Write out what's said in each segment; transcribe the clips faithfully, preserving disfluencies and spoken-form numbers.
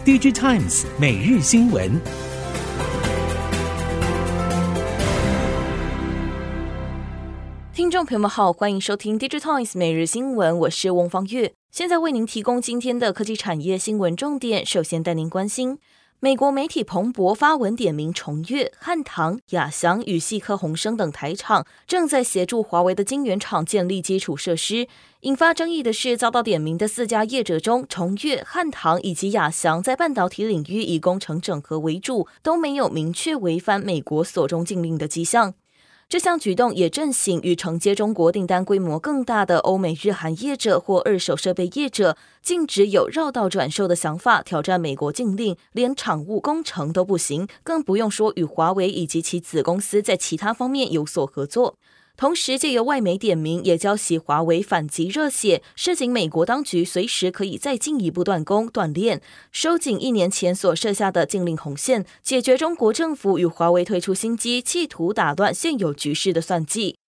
D J Times 每日新闻。 听众朋友们好，欢迎收听 D J Times 每日新闻，我是翁方月，现在为您提供今天的科技产业新闻重点。首先带您关心美国媒体彭博发文点名重越、汉唐、亚翔与细科宏升等台厂正在协助华为的晶圆厂建立基础设施。引发争议的是，遭到点名的四家业者中，重越、汉唐以及亚翔在半导体领域以工程整合为主，都没有明确违反美国锁中禁令的迹象。这项举动也正醒与承接中国订单规模更大的欧美日韩业者或二手设备业者禁止有绕道转售的想法，挑战美国禁令，连厂务工程都不行，更不用说与华为以及其子公司在其他方面有所合作。同时借由外媒点名，也浇熄华为反击热血，示警美国当局随时可以再进一步断供断链，收紧一年前所设下的禁令红线，解决中国政府与华为推出新机，企图打乱现有局势的算计。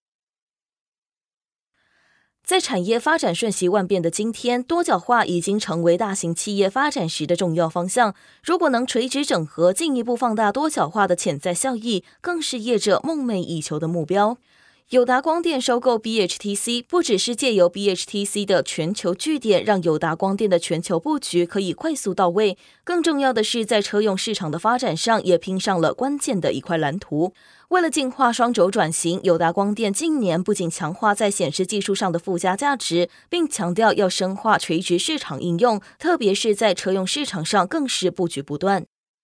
在产业发展瞬息万变的今天，多角化已经成为大型企业发展时的重要方向。如果能垂直整合，进一步放大多角化的潜在效益，更是业者梦寐以求的目标。友达光电收购 B H T C， 不只是借由 B H T C 的全球据点，让友达光电的全球布局可以快速到位，更重要的是在车用市场的发展上也拼上了关键的一块蓝图。为了进化双轴转型，友达光电近年不仅强化在显示技术上的附加价值，并强调要深化垂直市场应用，特别是在车用市场上更是布局不断。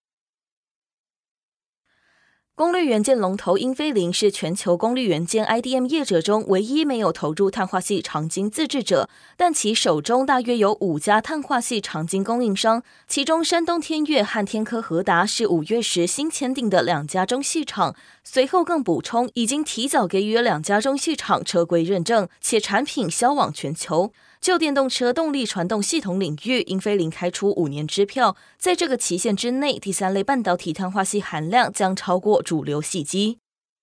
功率元件龙头英飞凌是全球功率元件 I D M 业者中唯一没有投入碳化系长晶自制者，但其手中大约有五家碳化系长晶供应商，其中山东天悦和天科和达是五月时新签订的两家中系厂，随后更补充已经提早给予两家中系厂车规认证，且产品销往全球。就电动车动力传动系统领域，英飞凌开出五年支票，在这个期限之内，第三类半导体碳化系含量将超过主流矽基。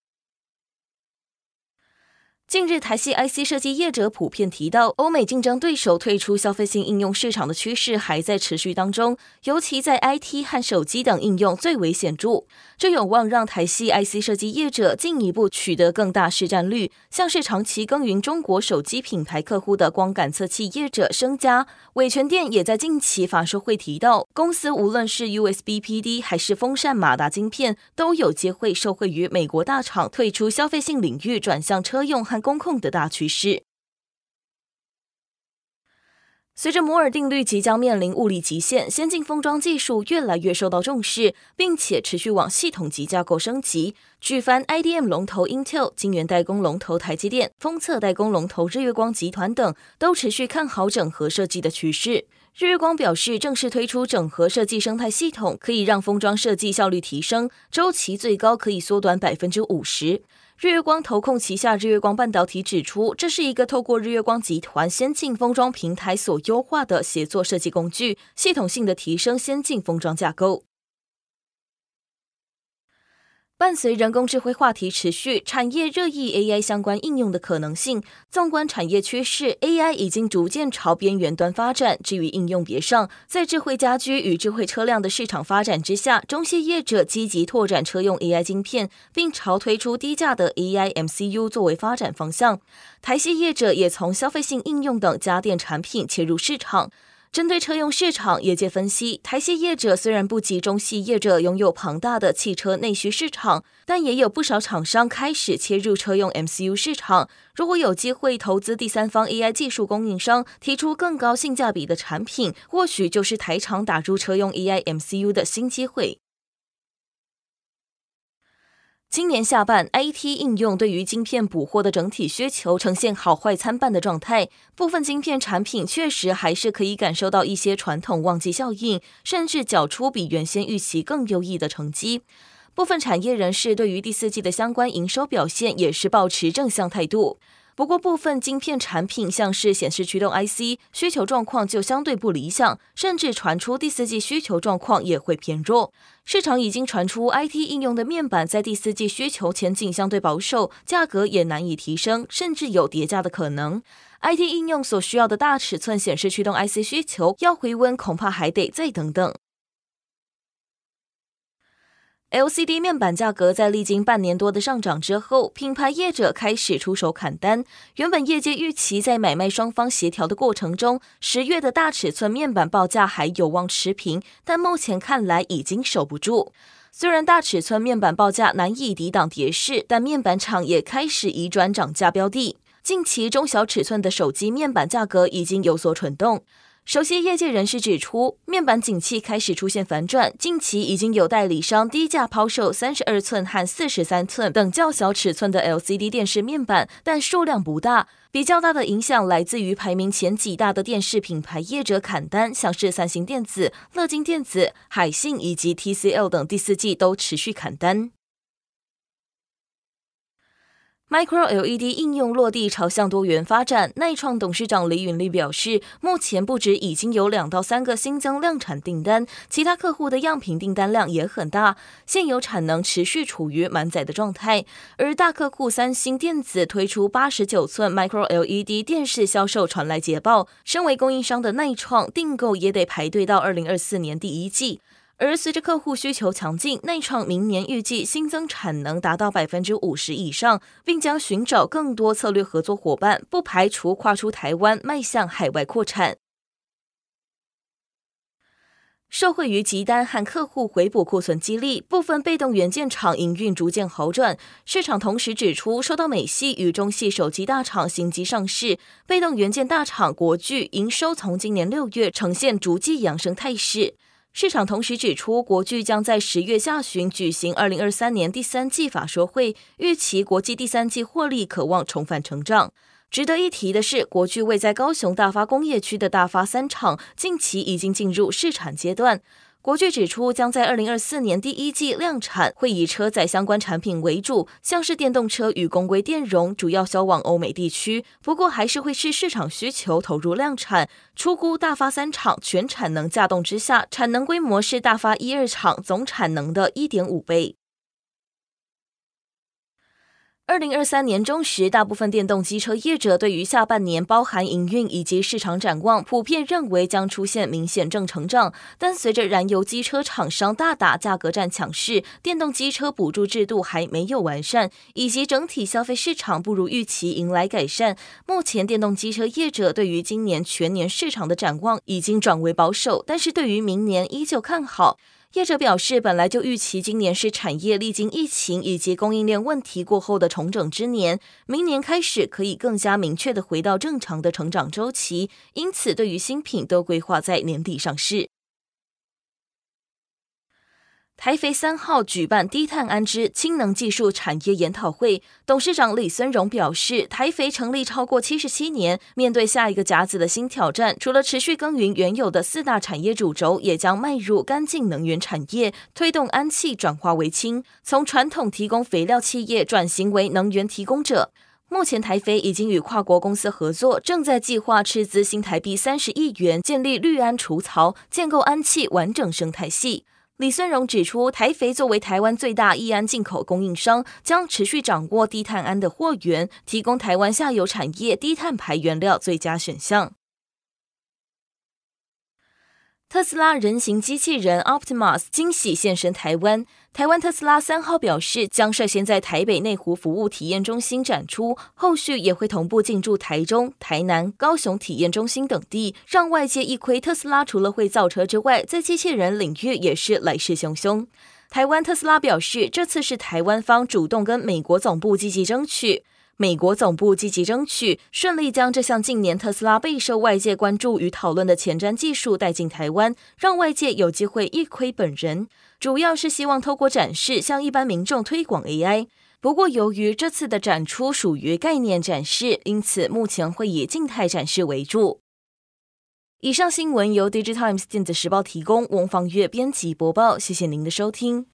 近日，台系 I C 设计业者普遍提到，欧美竞争对手退出消费性应用市场的趋势还在持续当中，尤其在 I T 和手机等应用最为显著。这有望让台系 I C 设计业者进一步取得更大市占率，像是长期耕耘中国手机品牌客户的光感测器业者升佳、伟全电也在近期法说会提到，公司无论是 U S B P D 还是风扇马达晶片，都有机会受惠于美国大厂退出消费性领域，转向车用和工控的大趋势。随着摩尔定律即将面临物理极限，先进封装技术越来越受到重视，并且持续往系统级架构升级。举凡 I D M 龙头 Intel、晶圆代工龙头台积电、封测代工龙头日月光集团等，都持续看好整合设计的趋势。日月光表示，正式推出整合设计生态系统，可以让封装设计效率提升，周期最高可以缩短 百分之五十。日月光投控旗下日月光半导体指出，这是一个透过日月光集团先进封装平台所优化的协作设计工具，系统性的提升先进封装架构。伴随人工智慧话题持续，产业热议 A I 相关应用的可能性。纵观产业趋势， A I 已经逐渐朝边缘端发展。至于应用别上，在智慧家居与智慧车辆的市场发展之下，中系业者积极拓展车用 A I 晶片，并朝推出低价的 A I M C U 作为发展方向。台系业者也从消费性应用等家电产品切入市场。针对车用市场，业界分析，台系业者虽然不及中系业者拥有庞大的汽车内需市场，但也有不少厂商开始切入车用 M C U 市场。如果有机会投资第三方 A I 技术供应商，提出更高性价比的产品，或许就是台厂打入车用 A I M C U 的新机会。今年下半 I T 应用对于晶片补货的整体需求呈现好坏参半的状态，部分晶片产品确实还是可以感受到一些传统旺季效应，甚至缴出比原先预期更优异的成绩。部分产业人士对于第四季的相关营收表现也是抱持正向态度。不过部分晶片产品像是显示驱动 I C 需求状况就相对不理想，甚至传出第四季需求状况也会偏弱。市场已经传出 I T 应用的面板在第四季需求前景相对保守，价格也难以提升，甚至有跌价的可能。I T 应用所需要的大尺寸显示驱动 I C 需求要回温，恐怕还得再等等。 L C D 面板价格在历经半年多的上涨之后，品牌业者开始出手砍单。原本业界预期在买卖双方协调的过程中，十月的大尺寸面板报价还有望持平，但目前看来已经守不住。虽然大尺寸面板报价难以抵挡跌势，但面板厂也开始移转涨价标的。近期中小尺寸的手机面板价格已经有所蠢动。首席业界人士指出，面板景气开始出现反转，近期已经有代理商低价抛售三十二寸和四十三寸等较小尺寸的 L C D 电视面板，但数量不大。比较大的影响来自于排名前几大的电视品牌业者砍单，像是三星电子、乐金电子、海信以及 T C L 等第四季都持续砍单。Micro L E D 应用落地朝向多元发展，耐创董事长李允利表示，目前不止已经有两到三个新增量产订单，其他客户的样品订单量也很大，现有产能持续处于满载的状态。而大客户三星电子推出八十九寸 Micro L E D 电视销售传来捷报，身为供应商的耐创订购也得排队到二零二四年第一季。而随着客户需求强劲，耐创明年预计新增产能达到 百分之五十 以上，并将寻找更多策略合作伙伴，不排除跨出台湾迈向海外扩产。受惠于急单和客户回补库存激励，部分被动元件厂营运逐渐好转。市场同时指出，受到美系与中系手机大厂新机上市，被动元件大厂国巨营收从今年六月呈现逐季扬升态势。市场同时指出，国巨将在十月下旬举行二零二三年第三季法说会，预期国际第三季获利可望重返成长。值得一提的是，国巨位在高雄大发工业区的大发三厂，近期已经进入试产阶段。国巨指出，将在二零二四年第一季量产，会以车载相关产品为主，像是电动车与工规电容，主要销往欧美地区。不过，还是会视市场需求投入量产。初估大发三厂全产能架动之下，产能规模是大发一二厂总产能的 一点五倍。二零二三年中时，大部分电动机车业者对于下半年包含营运以及市场展望，普遍认为将出现明显正成长。但随着燃油机车厂商大打价格战抢势，电动机车补助制度还没有完善，以及整体消费市场不如预期迎来改善，目前电动机车业者对于今年全年市场的展望已经转为保守，但是对于明年依旧看好。业者表示，本来就预期今年是产业历经疫情以及供应链问题过后的重整之年，明年开始可以更加明确的回到正常的成长周期，因此对于新品都规划在年底上市。台肥三号举办低碳安支氢能技术产业研讨会，董事长李孙荣表示，台肥成立超过七十七年，面对下一个甲子的新挑战，除了持续耕耘原有的四大产业主轴，也将迈入干净能源产业，推动氨气转化为氢，从传统提供肥料企业转型为能源提供者。目前台肥已经与跨国公司合作，正在计划斥资新台币三十亿元建立绿氨除槽，建构氨气完整生态系。李孙荣指出，台肥作为台湾最大易氨进口供应商，将持续掌握低碳氨的货源，提供台湾下游产业低碳排原料最佳选项。特斯拉人形机器人 Optimus 惊喜现身台湾。台湾特斯拉三号表示，将率先在台北内湖服务体验中心展出，后续也会同步进驻台中、台南、高雄体验中心等地，让外界一窥特斯拉除了会造车之外，在机器人领域也是来势汹汹。台湾特斯拉表示，这次是台湾方主动跟美国总部积极争取。美国总部积极争取，顺利将这项近年特斯拉备受外界关注与讨论的前瞻技术带进台湾，让外界有机会一窥本人。主要是希望透过展示向一般民众推广 A I。不过由于这次的展出属于概念展示，因此目前会以静态展示为主。以上新闻由 Digital Times 电子时报提供，翁方月编辑播报，谢谢您的收听。